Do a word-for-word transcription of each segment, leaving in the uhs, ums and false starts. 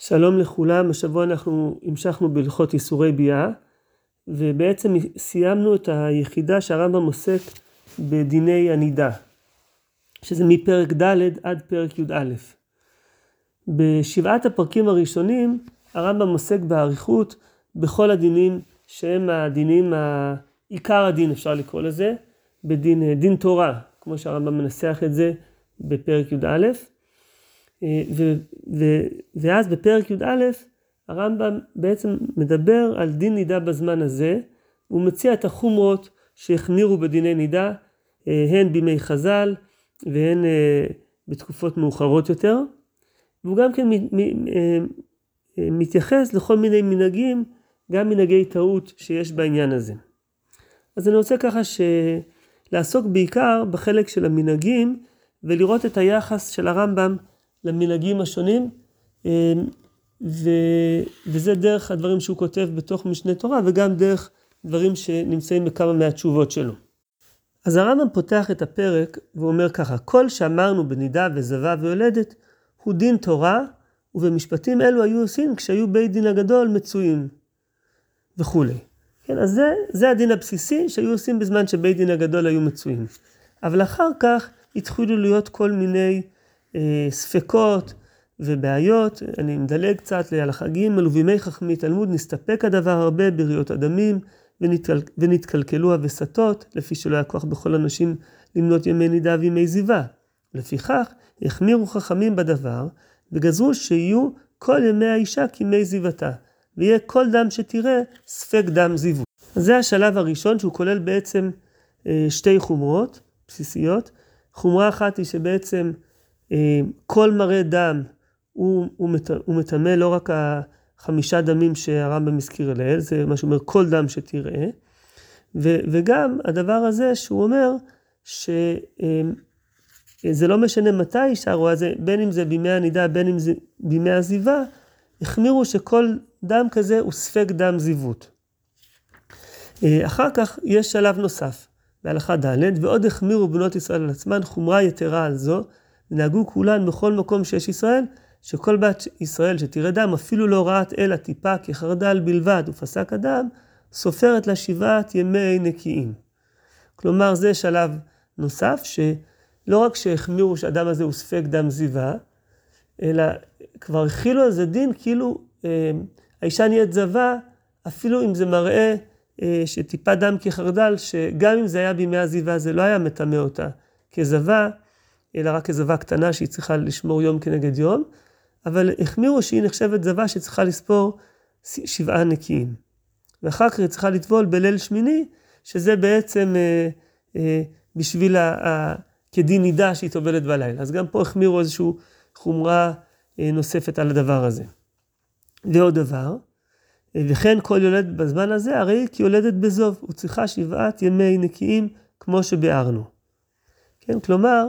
שלום לכולם, השבוע אנחנו המשכנו בהלכות איסורי ביאה, ובעצם סיימנו את היחידה שהרמב"ם עוסק בדיני הנידה, שזה מפרק ד' עד פרק י"א. בשבעת הפרקים הראשונים הרמב"ם עוסק באריכות בכל הדינים שהם הדינים, עיקר הדין אפשר לקרוא לזה, בדין דין תורה, כמו שהרמב"ם מנסח את זה בפרק י"א. ו, ו, ואז בפרק י"א הרמב"ם בעצם מדבר על דין נידה בזמן הזה, הוא מציע את החומרות שהחמירו בדיני נידה, הן בימי חז"ל והן בתקופות מאוחרות יותר, והוא גם כן מתייחס לכל מיני מנהגים, גם מנהגי טעות שיש בעניין הזה. אז אני רוצה ככה לעסוק בעיקר בחלק של המנהגים, ולראות את היחס של הרמב"ם למנהגים השונים, ו... וזה דרך הדברים שהוא כותב בתוך משנה תורה, וגם דרך דברים שנמצאים בכמה מהתשובות שלו. אז הרמב"ם פותח את הפרק ואומר ככה: כל שאמרנו בנידה וזבה ויולדת הוא דין תורה, ובמשפטים אלו היו עושים כשהיו בית דין הגדול מצויים וכו'. כן, אז זה, זה הדין הבסיסי שהיו עושים בזמן שבית דין הגדול היו מצויים. אבל אחר כך התחילו להיות כל מיני אה, ספקות ובעיות. אני מדלג קצת להלכה ג' ובימי חכמי תלמוד נסתפק הדבר הרבה בריות אדמים, ונתקל, ונתקלקלו הווסתות, לפי שלא היה כוח בכל אנשים למנות ימי נידה וימי זיווה. לפיכך החמירו חכמים בדבר, וגזרו שיהיו כל ימי האישה כימי זיוותה, ויהיה כל דם שתראה ספק דם זיוו. זה השלב הראשון, שהוא כולל בעצם אה, שתי חומרות בסיסיות. חומרה אחת היא שבעצם אה, כל מראה דם הוא, הוא, מת, הוא מטמא, לא רק החמישה דמים שהרמב"ם הזכיר אליהם, זה מה שאומר כל דם שתראה, ו, וגם הדבר הזה שהוא אומר שזה אה, לא משנה מתי אישה רואה זה, בין אם זה בימי הנידה, בין אם זה בימי הזיווה, החמירו שכל דם כזה הוא ספק דם זיוות. אה, אחר כך יש שלב נוסף, בהלכה ד' ועוד החמירו בנות ישראל על עצמן חומרה יתרה על זו, ונהגו כולן בכל מקום שיש ישראל, שכל בת ישראל שתראה דם אפילו לא ראת אלא טיפה כחרדל בלבד ופסק הדם, סופרת לה שבעת ימי נקיים. כלומר זה שלב נוסף, שלא רק שהחמירו שהדם הזה הוא ספק דם זיווה, אלא כבר הכילו על זה דין כאילו אה, האישה נהיית זבה, אפילו אם זה מראה אה, שטיפה דם כחרדל, שגם אם זה היה בימי הזיווה זה לא היה מטמא אותה כזבה, אלא רק כזבה קטנה שהיא צריכה לשמור יום כנגד יום, אבל החמירו שהיא נחשבת זבה שצריכה לספור שבעה נקיים. ואחר כך היא צריכה לטבול בליל שמיני, שזה בעצם אה, אה, בשביל ה, ה, כדין נידה שהיא טובלת בלילה. אז גם פה החמירו איזושהי חומרה אה, נוספת על הדבר הזה. ועוד דבר, אה, וכן כל יולדת בזמן הזה, הרי כי יולדת בזוב, הוא צריכה שבעת ימי נקיים כמו שביארנו. כן, כלומר,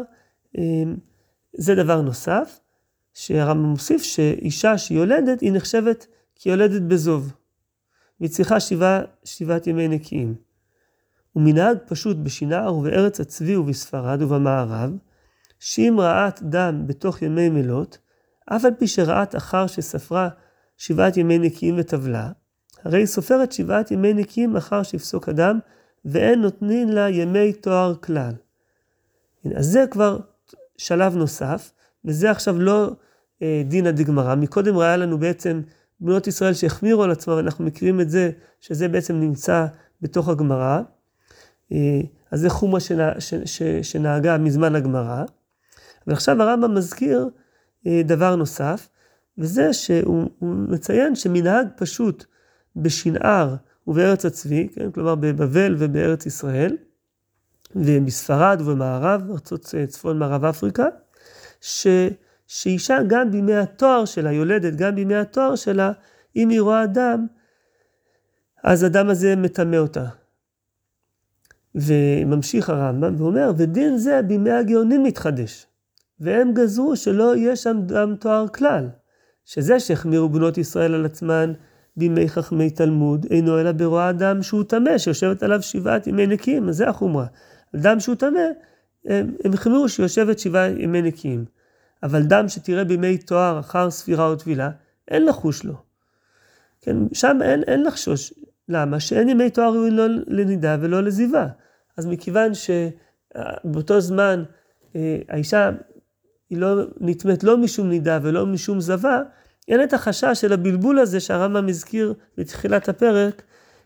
זה דבר נוסף, שהרמב"ם מוסיף שאישה שיולדת היא נחשבת כיולדת בזוב, והיא צריכה שבעה, שבעת ימי נקיים. ומנהג פשוט בשינער ובארץ הצבי ובספרד ובמערב, שאם ראת דם בתוך ימי מלות, אף על פי שראת אחר שספרה שבעת ימי נקיים וטבלה, הרי היא סופרת שבעת ימי נקיים אחר שיפסוק הדם, ואין נותנים לה ימי תואר כלל. אז זה כבר שלב נוסף, וזה עכשיו לא אה, דין הדגמרא. מקודם ראה לנו בעצם בנות ישראל שהחמירו על עצמם, ואנחנו מכירים את זה, שזה בעצם נמצא בתוך הגמרא. אה, אז זה חומה שנה, ש, ש, שנהגה מזמן הגמרא. אבל עכשיו הרמב"ם מזכיר אה, דבר נוסף, וזה שהוא מציין שמנהג פשוט בשנער ובארץ הצבי, כן? כלומר בבבל ובארץ ישראל, ובספרד ובמערב, ארצות צפון מערב אפריקה, ש, שאישה גם בימי התואר שלה, יולדת גם בימי התואר שלה, אם היא רואה דם, אז הדם הזה מטמא אותה. וממשיך הרמב"ם ואומר, ודין זה בימי הגאונים מתחדש, והם גזרו שלא יהיה שם דם תואר כלל, שזה שהחמירו בנות ישראל על עצמן בימי חכמי תלמוד, אינו אלא ברואה דם שהוא טמא, שיושבת עליו שבעת ימי נקיים, אז זה החומרה. דם שהוא טמא, הם, הם החמירו שיושבת שבעה ימי נקיים. אבל דם שתראה בימי תואר אחר ספירה או טבילה, אין לחוש לו. כן, שם אין, אין לחשוש. למה? שאין ימי תואר ראויים לא לנידה ולא לזיווה. אז מכיוון שבאותו זמן האישה היא לא נטמאת לא משום נידה ולא משום זווה, אין את החשש של הבלבול הזה שהרמב"ם מזכיר בתחילת הפרק,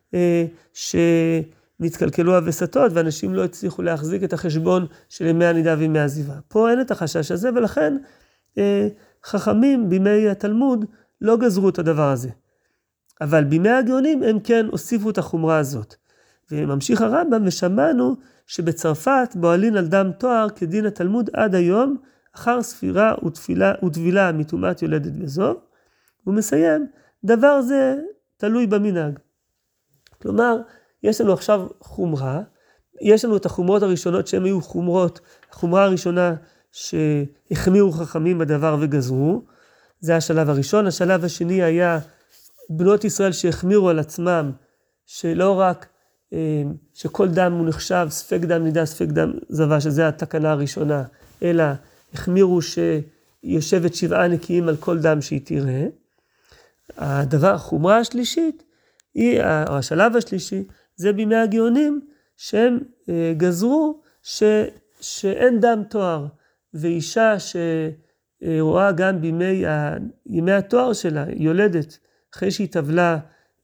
שנתקלקלו הווסתות ואנשים לא הצליחו להחזיק את החשבון של ימי הנידה וימי הזיווה. פה אין את החשש הזה, ולכן חכמים בימי התלמוד לא גזרו את הדבר הזה. אבל בימי הגאונים הם כן הוסיפו את החומרה הזאת. וממשיך הרמב"ם, ושמענו שבצרפת בועלין על דם תואר כדין התלמוד עד היום, אחר ספירה ותפילה, ותבילה מטומאת יולדת בזוב. הוא מסיים, דבר זה תלוי במנהג. כלומר, יש לנו עכשיו חומרה, יש לנו את החומרות הראשונות שהן היו חומרות, החומרה הראשונה שהחמירו חכמים בדבר וגזרו, זה השלב הראשון. השלב השני היה בנות ישראל שהחמירו על עצמם, שלא רק שכל דם הוא נחשב ספק דם נידה, ספק דם זווה, שזה התקנה הראשונה, אלא החמירו שיושבת שבעה נקיים על כל דם שהיא תראה. הדבר, החומרה השלישית, היא, או השלב השלישי, זה בימי הגאונים, שהם גזרו ש, שאין דם תואר, ואישה שרואה גם בימי ימי התואר שלה, יולדת, אחרי שהיא טבלה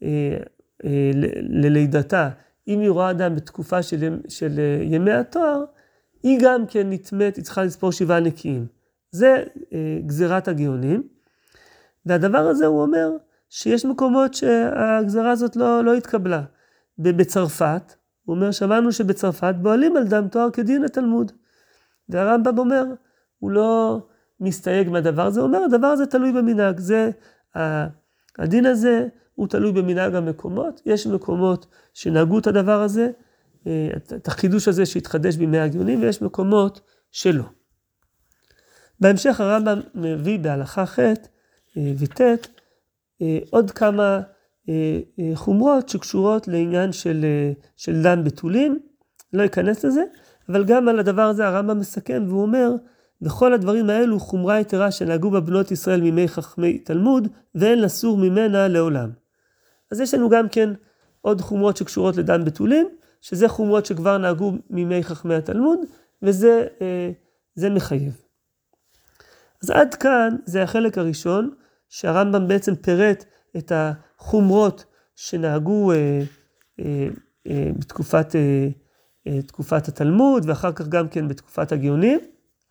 ללידתה, אם היא רואה דם בתקופה של, של ימי התואר, היא גם כן נטמאת, היא צריכה לספור שבעה נקיים. זה גזירת הגאונים. והדבר הזה הוא אומר שיש מקומות שהגזרה הזאת לא, לא התקבלה. בצרפת, הוא אומר, שמענו שבצרפת בועלים על דם תואר כדין התלמוד. והרמב"ם אומר, הוא לא מסתייג מהדבר הזה, הוא אומר, הדבר הזה תלוי במנהג. זה, הדין הזה הוא תלוי במנהג המקומות. יש מקומות שנהגו את הדבר הזה, את החידוש הזה שהתחדש בימי הגאונים, ויש מקומות שלא. בהמשך הרמב"ם מביא בהלכה ח' וט' עוד כמה חומרות שקשורות לעניין של, של דם בתולים, לא ייכנס לזה, אבל גם על הדבר הזה הרמב"ם מסכם והוא אומר, וכל הדברים האלו חומרה יתרה שנהגו בבנות ישראל מימי חכמי תלמוד, ואין לסור ממנה לעולם. אז יש לנו גם כן עוד חומרות שקשורות לדם בתולים, שזה חומרות שכבר נהגו מימי חכמי התלמוד, וזה זה מחייב. אז עד כאן זה החלק הראשון, שהרמב"ם בעצם פירט את החומרות שנהגו אה, אה, אה, בתקופת אה, אה, תקופת התלמוד, ואחר כך גם כן בתקופת הגאונים,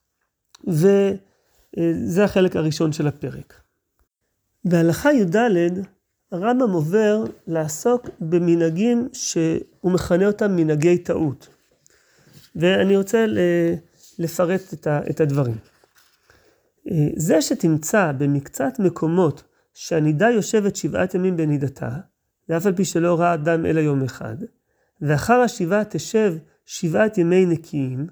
וזה החלק הראשון של הפרק. בהלכה י"ד, הרמב"ם עובר לעסוק במנהגים שהוא מכנה אותם מנהגי טעות. ואני רוצה לפרט את הדברים. זה שתמצא במקצת מקומות שהנידה יושבת שבעת ימים בנידתה, ואף על פי שלא ראה דם אלא יום אחד, ואחר השבעה תשב שבעת ימי נקיים,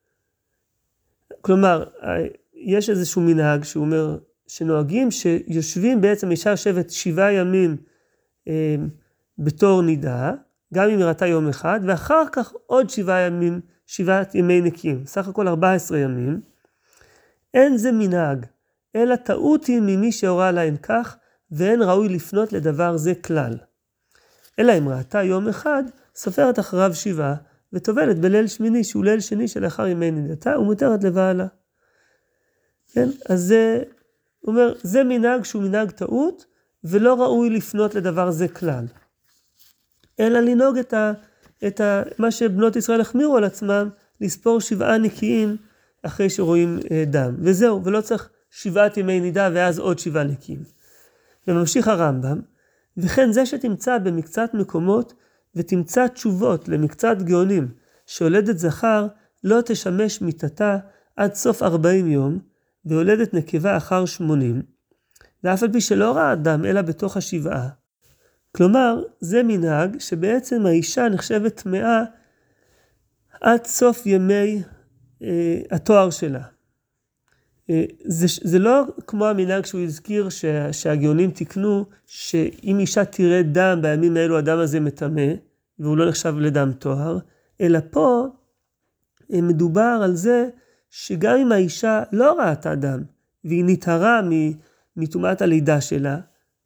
כלומר, יש איזשהו מנהג שהוא אומר, שנוהגים שיושבים בעצם אישה יושבת שבעה ימים אה, בתור נידה, גם אם ראתה יום אחד, ואחר כך עוד שבעה ימים, שבעת ימי נקיים, סך הכל ארבעה עשר ימים. אין זה מנהג, אלא טעות היא ממי שהורה להן כך, ואין ראוי לפנות לדבר זה כלל. אלא אם ראתה יום אחד, סופרת אחריו שבעה, וטובלת בליל שמיני, שהוא ליל שני שלאחר ימי נידתה, ומותרת לבעלה. כן? אז זה, הוא אומר, זה מנהג שהוא מנהג טעות, ולא ראוי לפנות לדבר זה כלל. אלא לנהוג את, ה, את ה, מה שבנות ישראל החמירו על עצמם, לספור שבעה נקיים אחרי שרואים דם. וזהו, ולא צריך שבעת ימי נידה ואז עוד שבעה נקיים. וממשיך הרמב"ם, וכן זה שתמצא במקצת מקומות, ותמצא תשובות למקצת גאונים, שהולדת זכר לא תשמש מיתתה עד סוף ארבעים יום, והולדת נקבה אחר שמונים, ואף על פי שלא ראה אדם אלא בתוך השבעה. כלומר, זה מנהג שבעצם האישה נחשבת טמאה עד סוף ימי אה, התואר שלה. אה, זה, זה לא כמו המנהג שהוא הזכיר שה, שהגאונים תקנו, שאם אישה תראה דם בימים האלו, הדם הזה מטמא, והוא לא נחשב לדם תואר, אלא פה אה, מדובר על זה, שגם אם האישה לא ראתה דם, והיא נטהרה מטומאת הלידה שלה,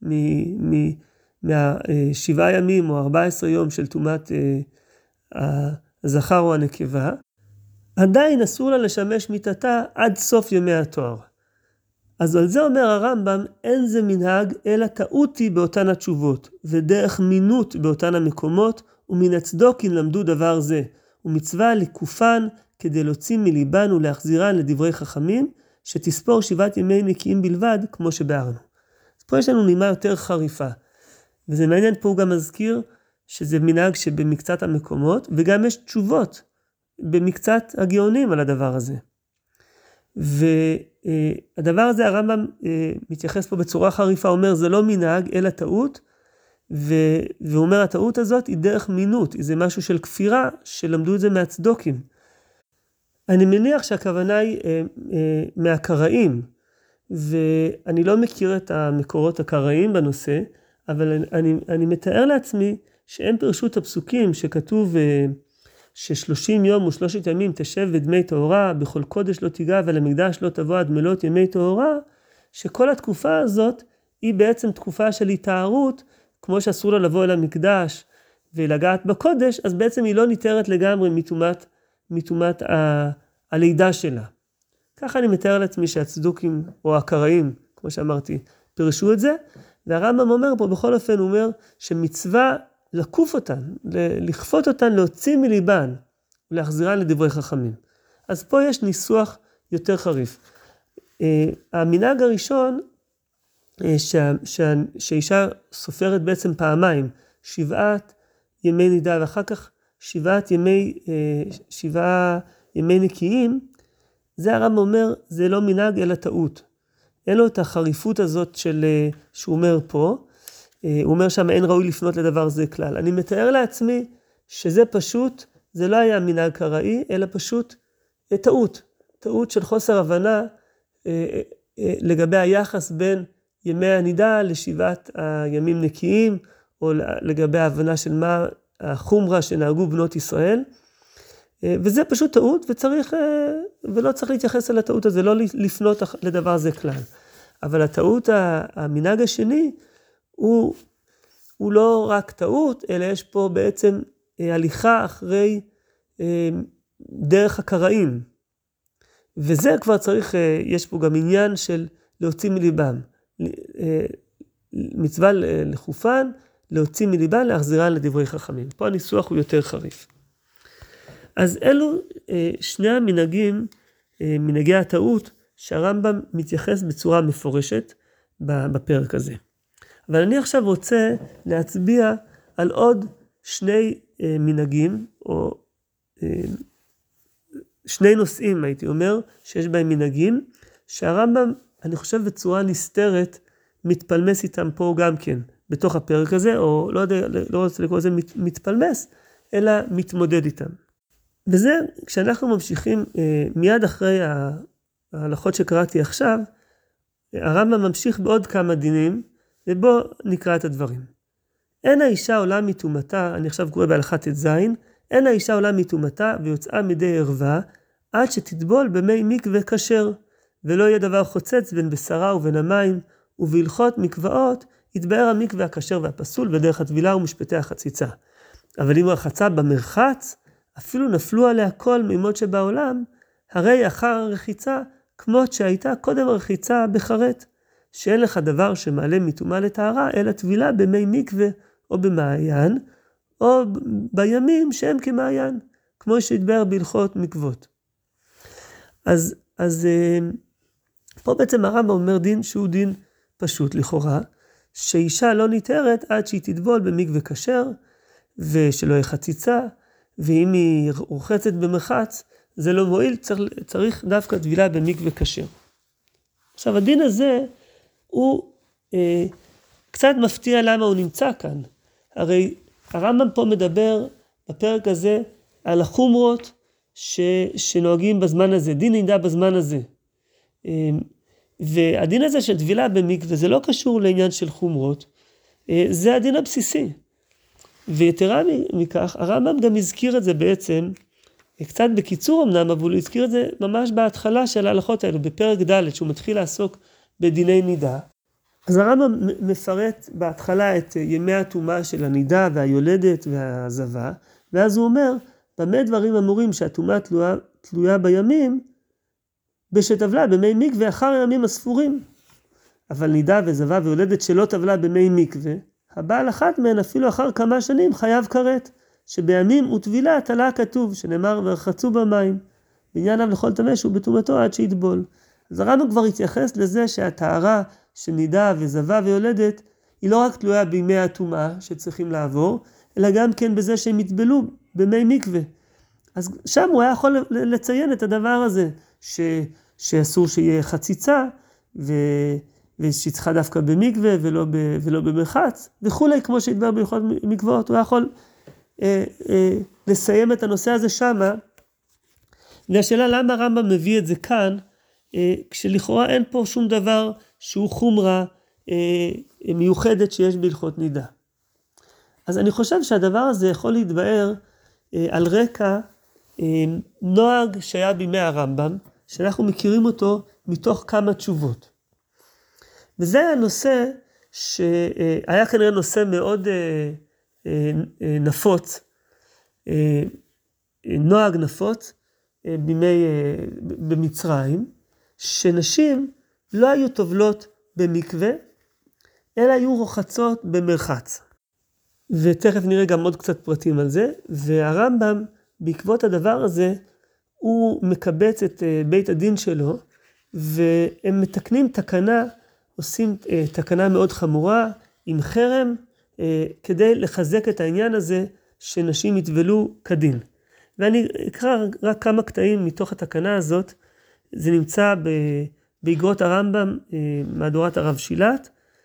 מהשבעה ימים או ארבעה עשר יום של טומאת הזכר או הנקבה, עדיין אסור לה לשמש מיטתה עד סוף ימי התואר. אז על זה אומר הרמב"ם, אין זה מנהג אלא טעות היא באותן התשובות, ודרך מינות באותן המקומות, ומן הצדוקים למדו דבר זה, ומצווה לקופן כדי להוציא מליבן ולהחזירן לדברי חכמים, שתספור שבעת ימי נקיים בלבד, כמו שבארנו. אז פה יש לנו נימה יותר חריפה, וזה מעניין, פה הוא גם מזכיר שזה מנהג שבמקצת המקומות, וגם יש תשובות במקצת הגאונים על הדבר הזה. והדבר הזה הרמב"ם מתייחס פה בצורה חריפה, אומר זה לא מנהג אלא טעות, והוא אומר הטעות הזאת היא דרך מינות, זה משהו של כפירה שלמדו את זה מהצדוקים. אני מניח שהכוונה היא מהקראים, ואני לא מכיר את המקורות הקראים בנושא, אבל אני, אני מתאר לעצמי שהם פרשו את הפסוקים שכתוב ששלושים יום ושלושת ימים תשב בדמי תאורה, בכל קודש לא תיגע ולמקדש לא תבוא עד מלות ימי תאורה, שכל התקופה הזאת היא בעצם תקופה של התארות, כמו שאסור לה לבוא אל המקדש ולגעת בקודש, אז בעצם היא לא ניתרת לגמרי מטומאת, מטומאת ה, הלידה שלה. ככה אני מתאר לעצמי שהצדוקים או הקראים, כמו שאמרתי, פרשו את זה, והרמב"ם אומר פה בכל אופן, הוא אומר שמצווה לקוף אותן, לכפות אותן, להוציא מליבן, ולהחזירן לדברי חכמים. אז פה יש ניסוח יותר חריף. המנהג הראשון, שאישה סופרת בעצם פעמיים, שבעת ימי נידה, ואחר כך שבעת ימי, שבעה ימי נקיים, זה הרמב"ם אומר, זה לא מנהג אלא טעות. אין לו את החריפות הזאת של, שהוא אומר פה, הוא אומר שם אין ראוי לפנות לדבר זה כלל. אני מתאר לעצמי שזה פשוט, זה לא היה מנהג קראי, אלא פשוט טעות. טעות של חוסר הבנה לגבי היחס בין ימי הנידה לשבעת הימים נקיים, או לגבי ההבנה של מה החומרה שנהגו בנות ישראל. וזה פשוט טעות, וצריך, ולא צריך להתייחס אל הטעות הזה, לא לפנות לדבר זה כלל. אבל הטעות, המנהג השני, הוא, הוא לא רק טעות, אלא יש פה בעצם הליכה אחרי דרך הקראים. וזה כבר צריך, יש פה גם עניין של להוציא מליבם. מצווה לחופן, להוציא מליבם, להחזירן לדברי חכמים. פה הניסוח הוא יותר חריף. אז אלו שני המנהגים, מנהגי הטעות, שהרמב"ם מתייחס בצורה מפורשת בפרק הזה. אבל אני עכשיו רוצה להצביע על עוד שני מנהגים, או שני נושאים, הייתי אומר, שיש בהם מנהגים, שהרמב"ם, אני חושב בצורה נסתרת, מתפלמס איתם פה גם כן, בתוך הפרק הזה, או לא יודע, לא רוצה לקרוא לזה מתפלמס, אלא מתמודד איתם. וזה, כשאנחנו ממשיכים מיד אחרי ההלכות שקראתי עכשיו, הרמב"ם ממשיך בעוד כמה דינים, ובוא נקרא את הדברים. אין האישה עולה מטומאתה, אני עכשיו קורא בהלכת ט"ז, אין האישה עולה מטומאתה ויוצאה מדי ערווה, עד שתטבול במי מקווה כשר, ולא יהיה דבר חוצץ בין בשרה ובין המים, ובהלכות מקוואות יתבאר המקווה הכשר והפסול בדרך הטבילה ומשפטי החציצה. אבל אם רחצה במרחץ, אפילו נפלו עליה כל מימות שבעולם, הרי אחר הרחיצה, כמות שהייתה קודם הרחיצה בחרט, שאין לך דבר שמעלה מטומאה לטהרה, אלא טבילה במי מקווה או במעיין, או בימים שהם כמעיין, כמו שהתבאר בהלכות מקוות. אז, אז פה בעצם הרמב"ם אומר דין שהוא דין פשוט לכאורה, שאישה לא ניתרת עד שהיא תטבול במקווה כשר, ושלא יהיה חציצה, ואם היא רוחצת במרחץ, זה לא מועיל, צריך, צריך דווקא טבילה במקווה כשר. עכשיו הדין הזה הוא אה, קצת מפתיע למה הוא נמצא כאן. הרי הרמב"ם פה מדבר בפרק הזה על החומרות ש, שנוהגים בזמן הזה, דין נידה בזמן הזה. אה, והדין הזה של טבילה במקווה זה לא קשור לעניין של חומרות, אה, זה הדין הבסיסי. ויתרה מכך, הרמב"ם גם הזכיר את זה בעצם, קצת בקיצור אמנם, אבל הוא הזכיר את זה ממש בהתחלה של ההלכות האלו, בפרק ד' שהוא מתחיל לעסוק בדיני נידה. אז הרמב"ם מפרט בהתחלה את ימי הטומאה של הנידה והיולדת והעזבה, ואז הוא אומר, במה דברים אמורים שהטומאה תלויה, תלויה בימים, בשטבלה במי מקווה אחר הימים הספורים. אבל נידה ועזבה ויולדת שלא טבלה במי מקווה, הבעל אחת מהן אפילו אחר כמה שנים חייב כרת, שבימים וטבילה תלה כתוב, שנאמר ורחצו במים, בענייניו לכל טמא שהוא בטומאתו עד שיטבול. אז הרמב"ם כבר התייחס לזה שהטהרה של נידה ועזבה ויולדת, היא לא רק תלויה בימי הטומאה שצריכים לעבור, אלא גם כן בזה שהם יטבלו במי מקווה. אז שם הוא היה יכול לציין את הדבר הזה, ש, שאסור שיהיה חציצה, ו, ושצריכה דווקא במקווה ולא, ב, ולא במרחץ, וכולי, כמו שהתבר בהלכות מקוואות, הוא היה יכול אה, אה, לסיים את הנושא הזה שמה, והשאלה למה הרמב"ם מביא את זה כאן, אה, כשלכאורה אין פה שום דבר שהוא חומרה אה, מיוחדת שיש בהלכות נידה. אז אני חושב שהדבר הזה יכול להתבאר אה, על רקע אה, נוהג שהיה בימי הרמב"ם, שאנחנו מכירים אותו מתוך כמה תשובות. וזה הנושא שהיה כנראה נושא מאוד אה, אה, אה, נפוץ, אה, נוהג נפוץ אה, בימי, אה, במצרים, שנשים לא היו טובלות במקווה, אלא היו רוחצות במרחץ. ותכף נראה גם עוד קצת פרטים על זה, והרמב"ם בעקבות הדבר הזה, הוא מקבץ את בית הדין שלו, והם מתקנים תקנה, עושים תקנה מאוד חמורה, עם חרם, כדי לחזק את העניין הזה, שנשים יטבלו כדין. ואני אקרא רק כמה קטעים מתוך התקנה הזאת, זה נמצא באגרות הרמב"ם, מהדורת הרב שילת,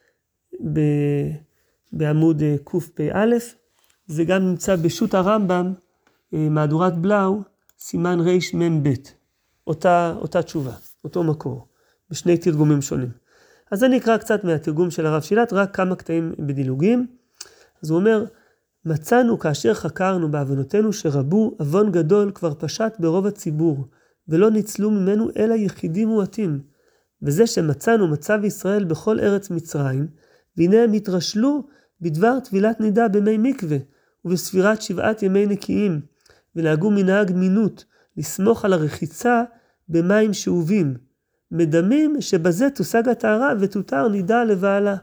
בעמוד קפ"א, זה גם נמצא בשו"ת הרמב"ם, מהדורת בלאו, סימן ריש מם בית, אותה, אותה תשובה, אותו מקור, בשני תרגומים שונים. אז אני אקרא קצת מהתרגום של הרב שילת, רק כמה קטעים בדילוגים. אז הוא אומר, מצאנו כאשר חקרנו בעוונותינו שרבו אבון גדול כבר פשט ברוב הציבור, ולא ניצלו ממנו אלא יחידים מועטים. וזה שמצאנו מצב ישראל בכל ארץ מצרים, והנה הם התרשלו בדבר טבילת נידה במי מקווה, ובספירת שבעת ימי נקיים, ולהגו מנהג מינות, לסמוך על הרחיצה במים שאובים, מדמים שבזה תושג הטהרה ותותר נידה לבעלה.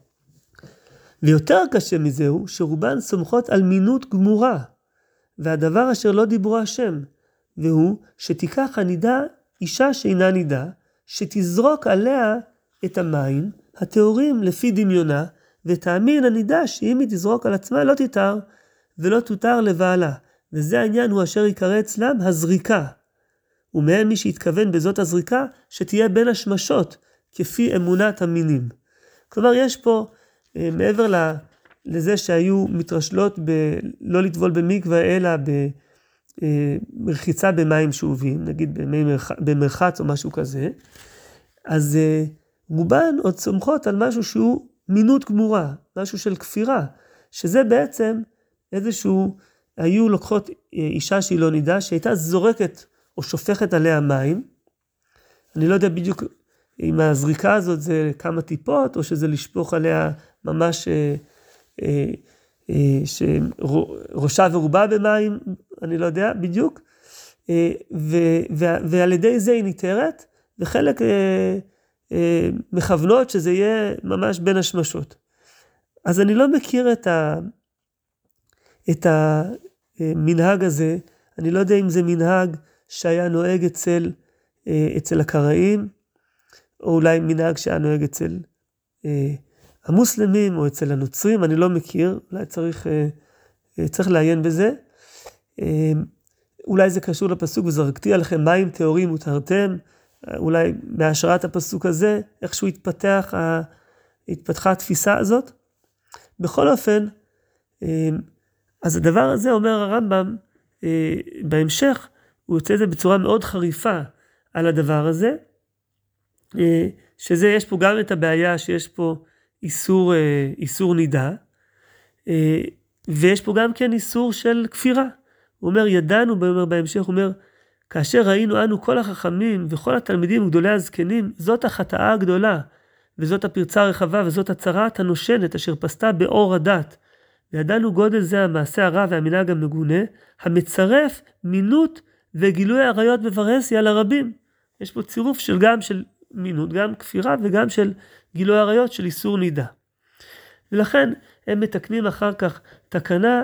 ויותר קשה מזהו, שרובן סומכות על מינות גמורה, והדבר אשר לא דיברו השם, והוא שתיקח הנידה אישה שאינה נידה, שתזרוק עליה את המים הטהורים לפי דמיונה, ותאמין הנידה שאם היא תזרוק על עצמה לא תותר, ולא תותר לבעלה. וזה העניין הוא אשר יקרא אצלם הזריקה. ומהם מי שהתכוון בזאת הזריקה, שתהיה בין השמשות, כפי אמונת המינים. כלומר, יש פה, מעבר לזה שהיו מתרשלות ב, לא לטבול במקווה, אלא ברחיצה במים שאובים, נגיד במרחץ או משהו כזה, אז רובן עוד סומכות על משהו שהוא מינות גמורה, משהו של כפירה, שזה בעצם איזשהו, היו לוקחות אישה שהיא לא נידה, שהייתה זורקת או שופכת עליה מים. אני לא יודע בדיוק אם הזריקה הזאת זה כמה טיפות, או שזה לשפוך עליה ממש אה, אה, אה, שראשה ורובה במים, אני לא יודע בדיוק. אה, ו, ו, ועל ידי זה היא ניתרת, וחלק אה, אה, מכוונות שזה יהיה ממש בין השמשות. אז אני לא מכיר את ה... את המנהג הזה, אני לא יודע אם זה מנהג שהיה נוהג אצל, אצל הקראים, או אולי מנהג שהיה נוהג אצל המוסלמים, או אצל הנוצרים, אני לא מכיר, אולי צריך, צריך לעיין בזה. אולי זה קשור לפסוק, וזרקתי עליכם מים טהורים וטהרתם, אולי בהשראת הפסוק הזה, איכשהו התפתח, התפתחה התפיסה הזאת. בכל אופן, אז הדבר הזה אומר הרמב"ם, אה, בהמשך, הוא יוצא את זה בצורה מאוד חריפה על הדבר הזה, אה, שזה יש פה גם את הבעיה שיש פה איסור, אה, איסור נידה, אה, ויש פה גם כן איסור של כפירה. הוא אומר, ידענו, אומר בהמשך, הוא אומר, כאשר ראינו אנו כל החכמים וכל התלמידים וגדולי הזקנים, זאת החטאה הגדולה, וזאת הפרצה הרחבה, וזאת הצרת הנושנת, אשר פסתה באור הדת. וידענו גודל זה המעשה הרע והמנהג המגונה, המצרף מינות וגילוי העריות בפרהסיה לרבים. יש פה צירוף של גם של מינות, גם כפירה וגם של גילוי העריות של איסור נידה. ולכן הם מתקנים אחר כך תקנה,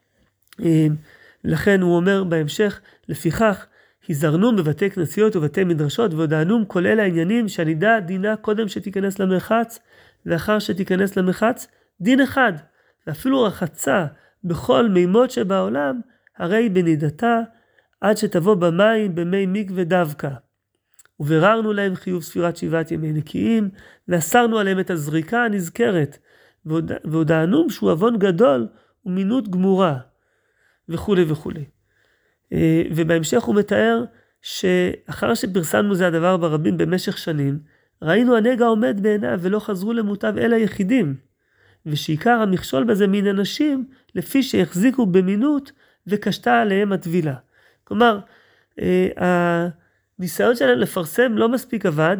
לכן הוא אומר בהמשך, לפיכך, הזרנום בבתי כנסיות ובתי מדרשות, והודענום כל אלה העניינים שהנידה דינה קודם שתיכנס למרחץ, ואחר שתיכנס למרחץ, דין אחד, ואפילו רחצה בכל מימות שבעולם, הרי בנידתה, עד שתבוא במים במי מקווה דווקא. ובררנו להם חיוב ספירת שבעת ימי נקיים, ואסרנו עליהם את הזריקה הנזכרת, והודענום שהוא אבון גדול ומינות גמורה, וכו' וכו'. ובהמשך הוא מתאר שאחר שפרסמנו זה הדבר ברבים במשך שנים, ראינו הנגע עומד בעיניו ולא חזרו למוטב אלא יחידים, ושעיקר המכשול בזה מן אנשים לפי שהחזיקו במינות וקשתה עליהם הטבילה. כלומר, הניסיון שלהם לפרסם לא מספיק עבד,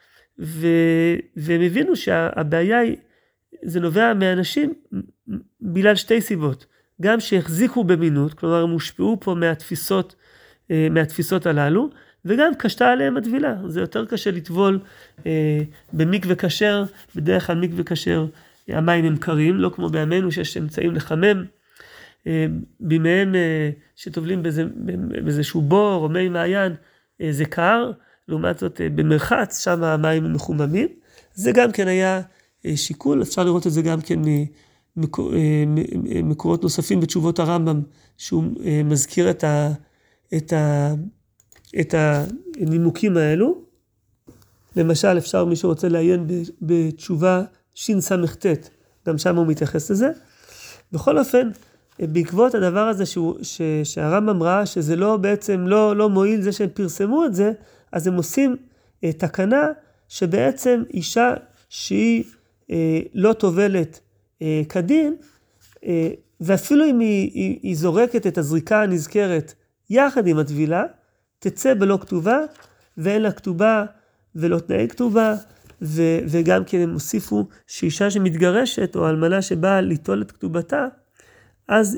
והם הבינו שהבעיה היא, זה נובע מאנשים בגלל שתי סיבות. גם שהחזיקו במינות, כלומר הם הושפעו פה מהתפיסות, מהתפיסות הללו, וגם קשתה עליהם הטבילה. זה יותר קשה לטבול במקווה כשר, בדרך כלל מקווה כשר המים הם קרים, לא כמו בימינו שיש אמצעים לחמם, בימיהם שטובלים באיזה, באיזשהו בור או מי מעיין, זה קר, לעומת זאת במרחץ, שם המים הם מחוממים. זה גם כן היה שיקול, אפשר לראות את זה גם כן ממקורות נוספים בתשובות הרמב"ם, שהוא מזכיר את, ה, את, ה, את הנימוקים האלו. למשל, אפשר מי שרוצה לעיין בתשובה שס"ט, גם שם הוא מתייחס לזה. בכל אופן, בעקבות הדבר הזה שהוא, ש, שהרמב"ם ראה שזה לא בעצם לא, לא מועיל זה שהם פרסמו את זה, אז הם עושים אה, תקנה שבעצם אישה שהיא אה, לא טובלת אה, כדין, אה, ואפילו אם היא, היא, היא זורקת את הזריקה הנזכרת יחד עם הטבילה, תצא בלא כתובה, ואין לה כתובה ולא תנאי כתובה, ו, וגם כן הם הוסיפו שאישה שמתגרשת או אלמנה שבאה ליטול את כתובתה, אז,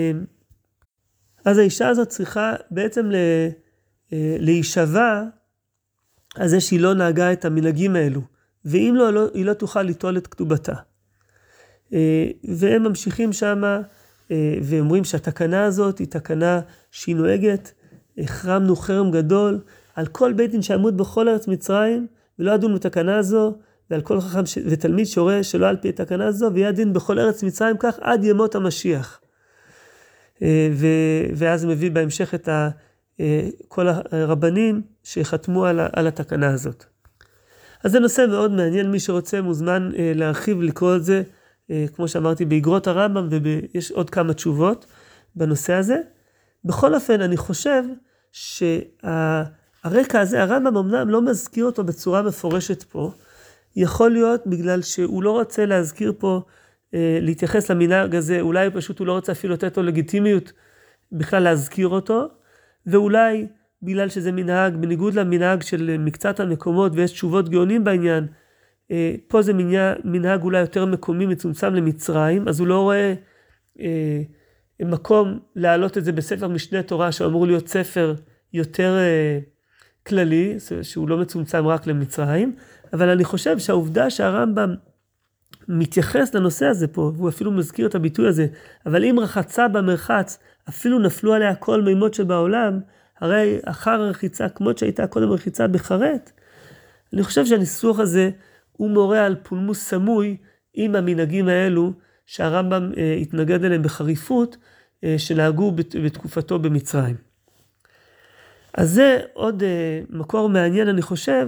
אז האישה הזאת צריכה בעצם להישבע על זה שהיא לא נהגה את המנהגים האלו, ואם לא, לא, היא לא תוכל ליטול את כתובתה. והם ממשיכים שם, ואומרים שהתקנה הזאת היא תקנה שהיא נוהגת, החרמנו חרם גדול על כל בית דין שעמוד בכל ארץ מצרים, ולא ידונו תקנה הזו, ועל כל חכם ש... ותלמיד שורה שלא על פי התקנה הזו, ויהיה דין בכל ארץ מצרים כך עד ימות המשיח. ו... ואז מביא בהמשך את ה... כל הרבנים שחתמו על, ה... על התקנה הזאת. אז זה נושא מאוד מעניין, מי שרוצה מוזמן להרחיב לקרוא את זה, כמו שאמרתי, באגרות הרמב"ם, ויש עוד כמה תשובות בנושא הזה. בכל אופן, אני חושב שהרקע הזה, הרמב"ם אמנם לא מזכיר אותו בצורה מפורשת פה, יכול להיות בגלל שהוא לא רוצה להזכיר פה, אה, להתייחס למנהג הזה, אולי פשוט הוא לא רוצה אפילו לתת לו לגיטימיות בכלל להזכיר אותו, ואולי בגלל שזה מנהג, בניגוד למנהג של מקצת המקומות, ויש תשובות גאונים בעניין, אה, פה זה מנהג, מנהג אולי יותר מקומי מצומצם למצרים, אז הוא לא רואה אה, מקום להעלות את זה בספר משנה תורה, שאמור להיות ספר יותר אה, כללי, שהוא לא מצומצם רק למצרים, אבל אני חושב שהעובדה שהרמב"ם מתייחס לנושא הזה פה, והוא אפילו מזכיר את הביטוי הזה, אבל אם רחצה במרחץ, אפילו נפלו עליה כל מימות שבעולם, הרי אחר הרחיצה, כמו שהייתה קודם רחיצה בחרט, אני חושב שהניסוח הזה הוא מורה על פולמוס סמוי עם המנהגים האלו, שהרמב"ם אה, התנגד אליהם בחריפות, אה, שנהגו בת, בתקופתו במצרים. אז זה עוד אה, מקור מעניין, אני חושב,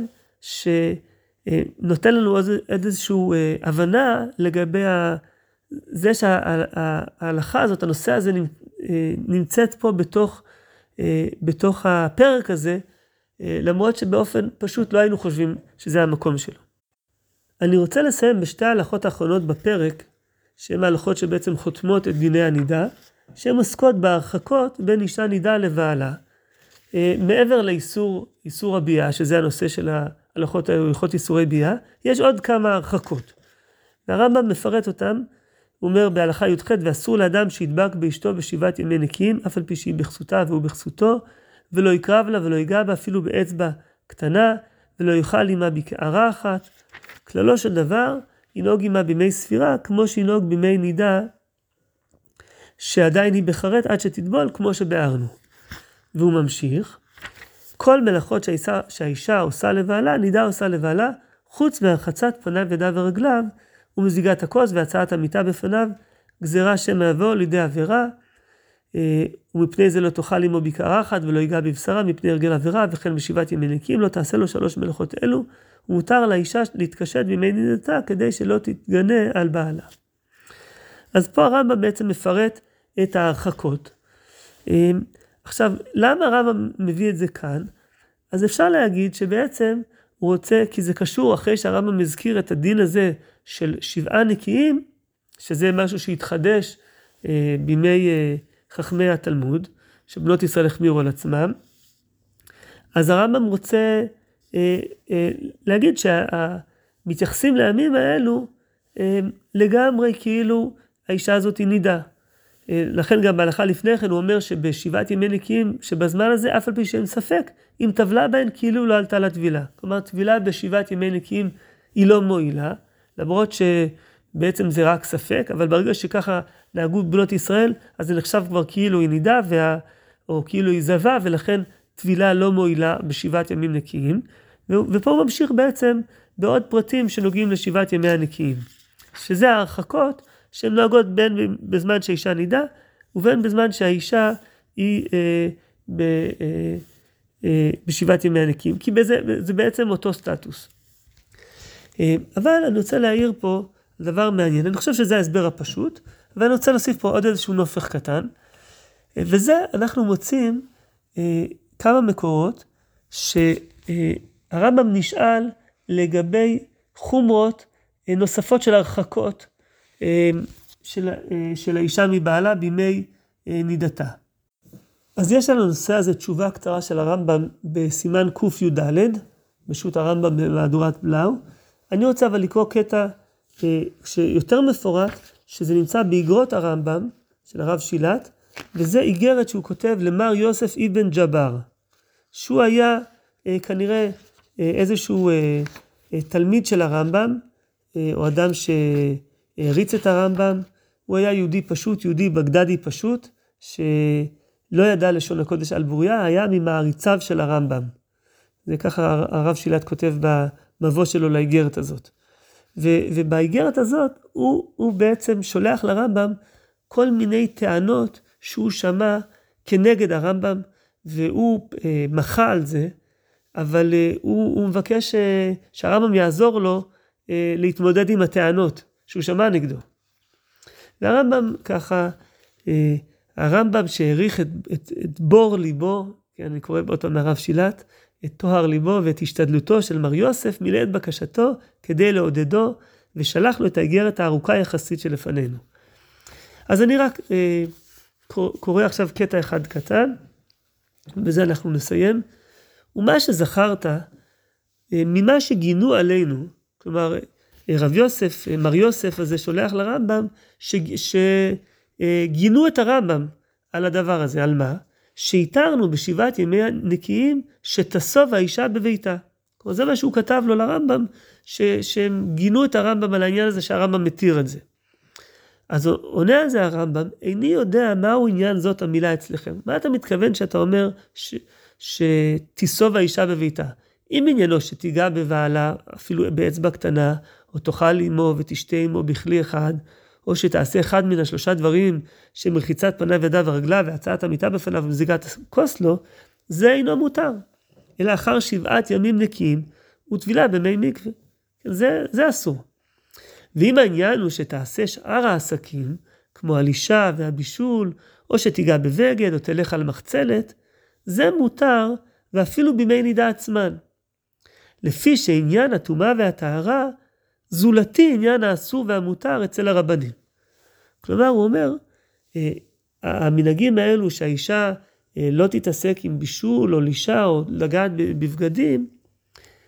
שנותן לנו איזושהי הבנה לגבי זה שההלכה הזאת, הנושא הזה נמצאת פה בתוך, בתוך הפרק הזה, למרות שבאופן פשוט לא היינו חושבים שזה המקום שלו. אני רוצה לסיים בשתי ההלכות האחרונות בפרק, שהן ההלכות שבעצם חותמות את דיני הנידה, שהן עוסקות בהרחקות בין אישה נידה לבעלה, מעבר לאיסור, איסור הביאה, שזה הנושא של הלכות, הלכות איסורי ביאה, יש עוד כמה הרחקות. והרמב"ם מפרט אותם, הוא אומר בהלכה י"ח, ואסור לאדם שידבק באשתו בשבעת ימי נקיים, אף על פי שהיא בכסותה והוא בכסותו, ולא יקרב לה ולא ייגע בה אפילו באצבע קטנה, ולא יאכל עמה בקערה אחת. כללו של דבר, ינהוג עמה בימי ספירה, כמו שינהוג בימי נידה, שעדיין היא בחרט עד שתטבול, כמו שבארנו. והוא ממשיך, כל מלאכות שהאישה, שהאישה עושה לבעלה, נידה עושה לבעלה, חוץ מהרחצת פניו ידיו ורגליו, ומזיגת הכוס והצעת המיטה בפניו, גזירה שם יבוא לידי עבירה, ומפני זה לא תאכל עמו בקערה אחת ולא ייגע בבשרה מפני הרגל עבירה, וכן בשבעת ימי נקיים לא תעשה לו שלוש מלאכות אלו, ומותר לאישה להתקשט בימי נידתה כדי שלא תתגנה על בעלה. אז פה הרמב"ם בעצם מפרט את ההרחקות. עכשיו, למה הרמב"ם מביא את זה כאן? אז אפשר להגיד שבעצם הוא רוצה, כי זה קשור אחרי שהרמב"ם מזכיר את הדין הזה של שבעה נקיים, שזה משהו שהתחדש אה, בימי אה, חכמי התלמוד, שבנות ישראל החמירו על עצמם. אז הרמב"ם רוצה אה, אה, להגיד שהמתייחסים לימים האלו אה, לגמרי כאילו האישה הזאת היא נידה. אה, לכן גם בהלכה לפני כן הוא אומר שבשבעת ימי נקיים, שבזמן הזה אף על פי שאין ספק, אם טבלה בהן כאילו לא עלתה לטבילה. כלומר, טבילה בשבעת ימי נקיים היא לא מועילה, למרות שבעצם זה רק ספק, אבל ברגע שככה נהגו בנות ישראל, אז זה נחשב כבר כאילו היא נידה, וה, או כאילו היא זבה, ולכן טבילה לא מועילה בשבעת ימים נקיים. ופה הוא ממשיך בעצם בעוד פרטים שנוגעים לשבעת ימי הנקיים, שזה ההרחקות שהן נוהגות בין בזמן שהאישה נידה, ובין בזמן שהאישה היא אה, ב, אה, אה, בשבעת ימי הנקיים, כי בזה, זה בעצם אותו סטטוס. אבל אני רוצה להעיר פה דבר מעניין, אני חושב שזה ההסבר הפשוט, ואני רוצה להוסיף פה עוד איזשהו נופך קטן, וזה אנחנו מוצאים אה, כמה מקורות שהרמב"ם נשאל לגבי חומרות אה, נוספות של הרחקות אה, של, אה, של האישה מבעלה בימי אה, נידתה. אז יש לנו נושא הזה תשובה קצרה של הרמב"ם בסימן ק"י"ד, בשו"ת הרמב"ם במהדורת בלאו. אני רוצה אבל לקרוא קטע אה, שיותר מפורט, שזה נמצא באגרות הרמב"ם של הרב שילת, וזה איגרת שהוא כותב למר יוסף אבן ג'בר, שהוא היה אה, כנראה אה, איזשהו אה, אה, תלמיד של הרמב"ם, אה, או אדם שהריץ את הרמב"ם. הוא היה יהודי פשוט, יהודי בגדדי פשוט, שלא ידע לשון הקודש על בוריה, היה ממעריציו של הרמב"ם. זה ככה הרב שילת כותב במבוא שלו לאיגרת הזאת. ו, ובאיגרת הזאת הוא, הוא בעצם שולח לרמב"ם כל מיני טענות שהוא שמע כנגד הרמב"ם, והוא אה, מחה על זה, אבל אה, הוא, הוא מבקש אה, שהרמב"ם יעזור לו אה, להתמודד עם הטענות שהוא שמע נגדו. והרמב"ם ככה, אה, הרמב"ם שהעריך את, את, את בור ליבו, כן, אני קורא אותו מהרב שילת, את טוהר ליבו ואת השתדלותו של מר יוסף, מילא את בקשתו כדי לעודדו, ושלח לו את האיגרת הארוכה יחסית שלפנינו. אז אני רק אה, קורא עכשיו קטע אחד קטן, ובזה אנחנו נסיים. ומה שזכרת, אה, ממה שגינו עלינו, כלומר, אה, רב יוסף, אה, מר יוסף הזה שולח לרמב"ם, שגינו אה, את הרמב"ם על הדבר הזה, על מה? שהתרנו בשבעת ימי הנקיים שתסוב האישה בביתה. כלומר, זה מה שהוא כתב לו לרמב"ם, ש, שהם גינו את הרמב"ם על העניין הזה שהרמב"ם מתיר את זה. אז עונה על זה הרמב"ם, איני יודע מהו עניין זאת המילה אצלכם. מה אתה מתכוון שאתה אומר ש, שתסוב האישה בביתה? אם עניינו שתיגע בבעלה, אפילו באצבע קטנה, או תאכל עמו ותשתה עמו בכלי אחד, או שתעשה אחד מן השלושה דברים שמרחיצת פניו ידיו ורגליו והצעת המיטה בפניו ומזיגת כוס לו, זה אינו מותר. אלא אחר שבעת ימים נקיים וטבילה במי מקווה. זה, זה אסור. ואם העניין הוא שתעשה שאר העסקים, כמו הלישה והבישול, או שתיגע בבגד או תלך על מחצלת, זה מותר ואפילו בימי נידה עצמן. לפי שעניין הטומאה והטהרה, זולתי עניין האסור והמותר אצל הרבנים. כלומר, הוא אומר, המנהגים האלו שהאישה לא תתעסק עם בישול או לישה או לגעת בבגדים,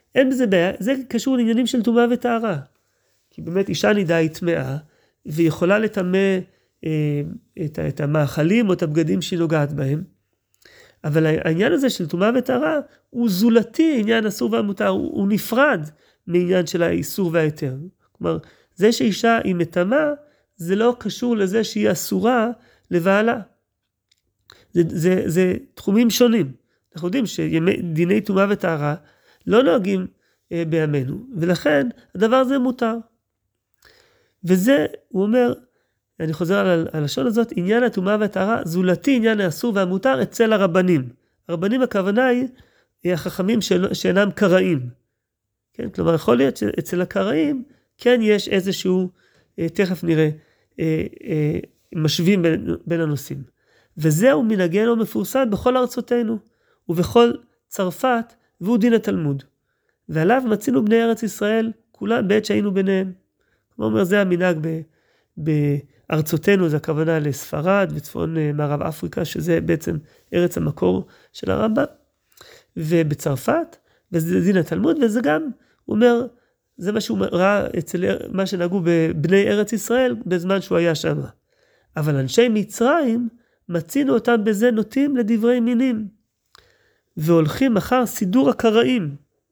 אין בזה בעיה, זה קשור לעניינים של טומאה וטהרה. כי באמת אישה נידה היא טמאה, והיא יכולה לטמא אה, את, את המאכלים או את הבגדים שהיא נוגעת בהם. אבל העניין הזה של טומאה וטהרה הוא זולתי, עניין אסור והמותר, הוא, הוא נפרד מעניין של האיסור וההיתר. כלומר, זה שאישה היא מטמאה, זה לא קשור לזה שהיא אסורה לבעלה. זה, זה, זה תחומים שונים. אנחנו יודעים שדיני טומאה וטהרה לא נוהגים אה, בימינו, ולכן הדבר הזה מותר. וזה, הוא אומר, אני חוזר על הלשון הזאת, עניין הטומאה והטהרה, זולתי עניין האסור והמותר אצל הרבנים. הרבנים הכוונה היא, החכמים שאינם קראים. כן? כלומר, יכול להיות שאצל הקראים, כן יש איזשהו, תכף נראה, משווים בין, בין הנושאים. וזהו מנהגנו מפורסם בכל ארצותינו, ובכל צרפת, והוא דין התלמוד. ועליו מצינו בני ארץ ישראל, כולם בעת שהיינו ביניהם. הוא אומר, זה המנהג ב, בארצותינו, זה הכוונה לספרד וצפון מערב אפריקה, שזה בעצם ארץ המקור של הרמב"ם, ובצרפת, וזה דין התלמוד, וזה גם, הוא אומר, זה מה שהוא ראה אצל מה שנהגו בבני ארץ ישראל, בזמן שהוא היה שם. אבל אנשי מצרים, מצינו אותם בזה נוטים לדברי מינים, והולכים אחר סידור הקראים.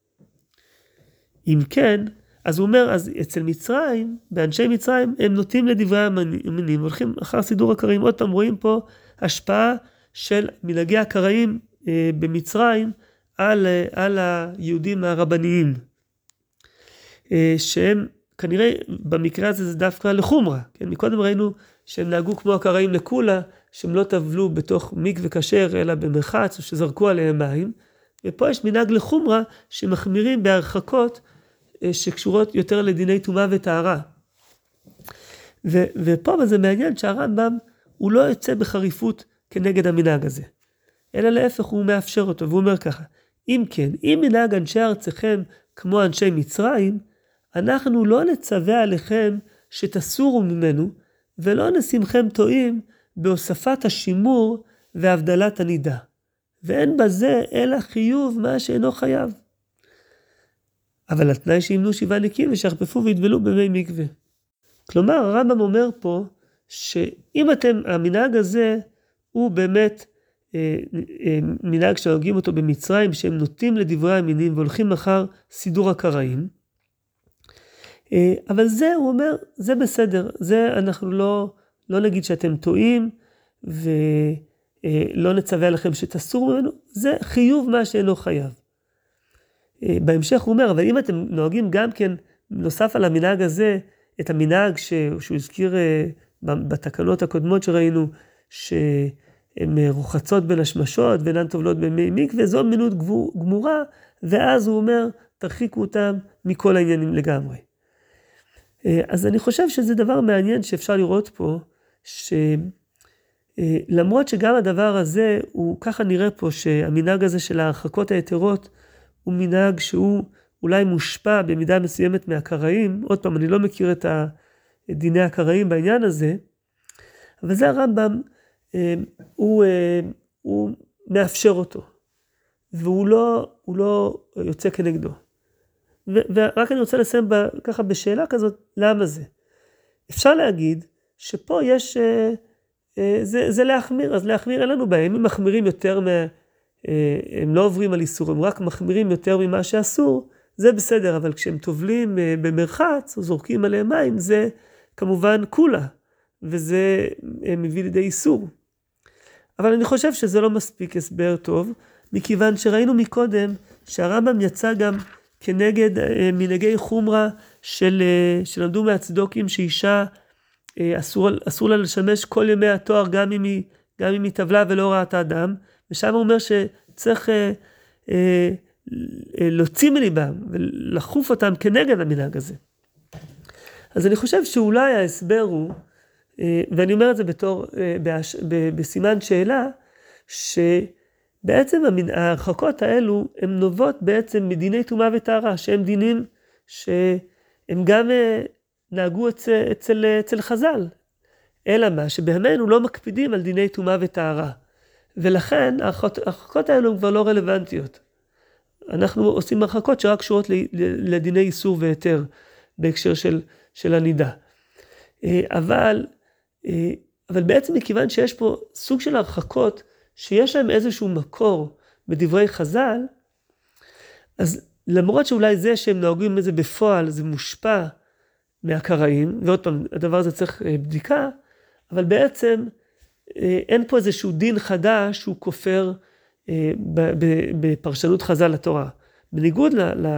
אם כן, אז הוא אומר, אז אצל מצרים, באנשי מצרים, הם נוטים לדברי המינים, הולכים אחר סידור הקראים. עוד פעם רואים פה השפעה של מנהגי הקראים אה, במצרים, על, אה, על היהודים הרבניים, אה, שהם כנראה במקרה הזה זה דווקא לחומרה. כן? מקודם ראינו שהם נהגו כמו הקראים לכולה, שהם לא טבלו בתוך מקווה כשר, אלא במרחץ, או שזרקו עליהם מים. ופה יש מנהג לחומרה, שמחמירים בהרחקות, שקשורות יותר לדיני טומאה וטהרה. ו- ופה זה מעניין שהרמב"ם הוא לא יוצא בחריפות כנגד המנהג הזה, אלא להפך הוא מאפשר אותו, והוא אומר ככה, אם כן, אם מנהג אנשי ארצכם כמו אנשי מצרים, אנחנו לא נצווה עליכם שתסורו ממנו, ולא נשימכם טועים בהוספת השימור והבדלת הנידה. ואין בזה אלא חיוב מה שאינו חייב. אבל התנאי שימנו שבעה נקיים ושחפפו והתבלו במי מקווה. כלומר, הרמב"ם אומר פה, שאם אתם, המנהג הזה הוא באמת אה, אה, מנהג שנוהגים אותו במצרים, שהם נוטים לדברי המינים והולכים אחר סידור הקראים, אה, אבל זה, הוא אומר, זה בסדר, זה אנחנו לא, לא נגיד שאתם טועים, ולא נצווה לכם שתסורו ממנו, זה חיוב מה שאינו חייב. בהמשך הוא אומר, אבל אם אתם נוהגים גם כן, נוסף על המנהג הזה, את המנהג שהוא הזכיר בתקנות הקודמות שראינו, שהן רוחצות בין השמשות ואינן טובלות במי מקווה, זו מינות גמורה, ואז הוא אומר, תרחיקו אותם מכל העניינים לגמרי. אז אני חושב שזה דבר מעניין שאפשר לראות פה, שלמרות שגם הדבר הזה, הוא ככה נראה פה, שהמנהג הזה של ההרחקות היתרות, הוא מנהג שהוא אולי מושפע במידה מסוימת מהקראים. עוד פעם, אני לא מכיר את דיני הקראים בעניין הזה, אבל זה הרמב"ם, הוא, הוא מאפשר אותו, והוא לא, הוא לא יוצא כנגדו. ורק אני רוצה לסיים ככה בשאלה כזאת, למה זה? אפשר להגיד שפה יש, זה, זה להחמיר, אז להחמיר אין לנו בהם, הם מחמירים יותר מה... הם לא עוברים על איסור, הם רק מחמירים יותר ממה שאסור, זה בסדר, אבל כשהם טובלים במרחץ או זורקים עליהם מים, זה כמובן כולה, וזה מביא לידי איסור. אבל אני חושב שזה לא מספיק הסבר טוב, מכיוון שראינו מקודם שהרמב"ם יצא גם כנגד מנהגי חומרה של, שלמדו מהצדוקים שאישה אסור, אסור לה לשמש כל ימי התואר גם אם היא, גם אם היא טבלה ולא ראתה דם, ושם הוא אומר שצריך אה, אה, להוציא מליבם ולחוף אותם כנגד המנהג הזה. אז אני חושב שאולי ההסבר הוא, אה, ואני אומר את זה בתור, אה, בהש, ב, בסימן שאלה, שבעצם המנ... ההרחקות האלו הן נובעות בעצם מדיני טומאה וטהרה, שהם דינים שהם גם אה, נהגו אצל, אצל, אצל חז"ל. אלא מה? שבהמנו לא מקפידים על דיני טומאה וטהרה. ולכן ההרחקות האלו כבר לא רלוונטיות. אנחנו עושים הרחקות שרק קשורות לדיני איסור והיתר, בהקשר של, של הנידה. אבל, אבל בעצם מכיוון שיש פה סוג של הרחקות, שיש להם איזשהו מקור בדברי חז"ל, אז למרות שאולי זה שהם נוהגים את זה בפועל, זה מושפע מהקראים, ועוד פעם, הדבר הזה צריך בדיקה, אבל בעצם אין פה איזשהו דין חדש שהוא כופר בפרשנות חז"ל לתורה. בניגוד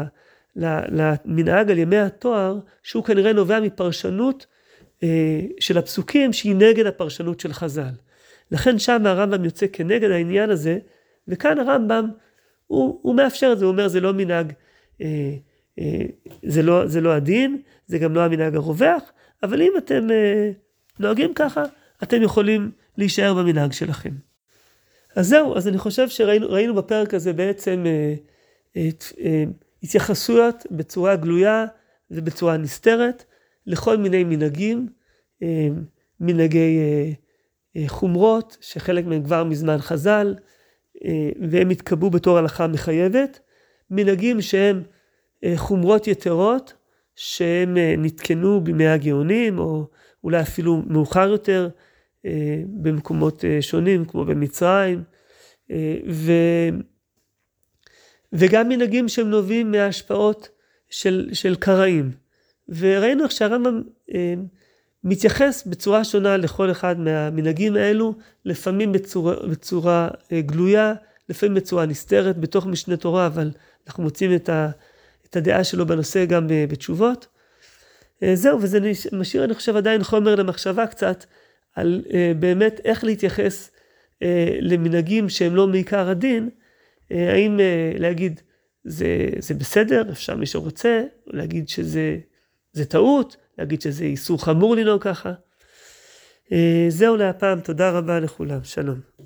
למנהג על ימי התואר, שהוא כנראה נובע מפרשנות של הפסוקים שהיא נגד הפרשנות של חז"ל. לכן שם הרמב"ם יוצא כנגד העניין הזה, וכאן הרמב"ם הוא, הוא מאפשר את זה, הוא אומר זה לא מנהג, אה, אה, זה, לא, זה לא הדין, זה גם לא המנהג הרווח, אבל אם אתם אה, נוהגים ככה, אתם יכולים להישאר במנהג שלכם. אז זהו, אז אני חושב שראינו בפרק הזה בעצם אה, אה, אה, התייחסויות בצורה גלויה ובצורה נסתרת, לכל מיני מנהגים, אה, מנהגי אה, אה, חומרות, שחלק מהם כבר מזמן חז"ל, והם התקבעו בתור הלכה מחייבת, מנהגים שהם חומרות יתרות, שהם נתקנו בימי הגאונים, או אולי אפילו מאוחר יותר, במקומות שונים, כמו במצרים, ו... וגם מנהגים שהם נובעים מההשפעות של, של קראים. וראינו איך שהרמב"ם מתייחס בצורה שונה לכל אחד מהמנהגים האלו, לפעמים בצורה, בצורה גלויה, לפעמים בצורה נסתרת בתוך משנה תורה, אבל אנחנו מוצאים את, ה, את הדעה שלו בנושא גם בתשובות. זהו, וזה משאיר, אני חושב, עדיין חומר למחשבה קצת, על באמת איך להתייחס למנהגים שהם לא מעיקר הדין, האם להגיד זה, זה בסדר, אפשר מי שרוצה, או להגיד שזה זה טעות, להגיד שזה איסור חמור לנהוג ככה. זהו להפעם, תודה רבה לכולם, שלום.